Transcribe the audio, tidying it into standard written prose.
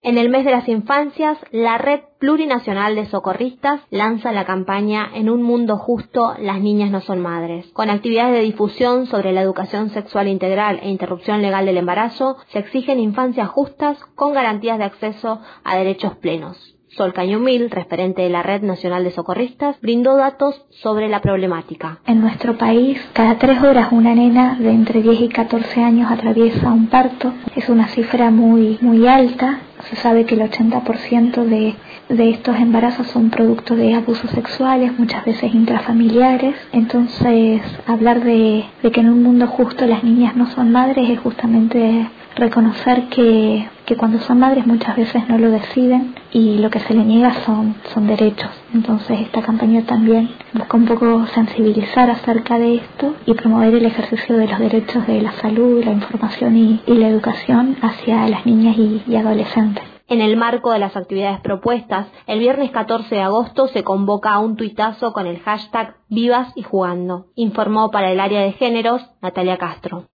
En el mes de las infancias, la Red Plurinacional de Socorristas lanza la campaña En un mundo justo, las niñas no son madres. Con actividades de difusión sobre la educación sexual integral e interrupción legal del embarazo, se exigen infancias justas con garantías de acceso a derechos plenos. Sol Cañumil, referente de la Red Nacional de Socorristas, brindó datos sobre la problemática. En nuestro país, cada 3 horas una nena de entre 10 y 14 años atraviesa un parto. Es una cifra muy alta. Se sabe que el 80% de estos embarazos son producto de abusos sexuales, muchas veces intrafamiliares. Entonces, hablar de que en un mundo justo las niñas no son madres es justamente reconocer que cuando son madres muchas veces no lo deciden y lo que se les niega son derechos. Entonces esta campaña también busca un poco sensibilizar acerca de esto y promover el ejercicio de los derechos de la salud, la información y la educación hacia las niñas y adolescentes. En el marco de las actividades propuestas, el viernes 14 de agosto se convoca a un tuitazo con el hashtag Vivas y Jugando, informó para el área de géneros Natalia Castro.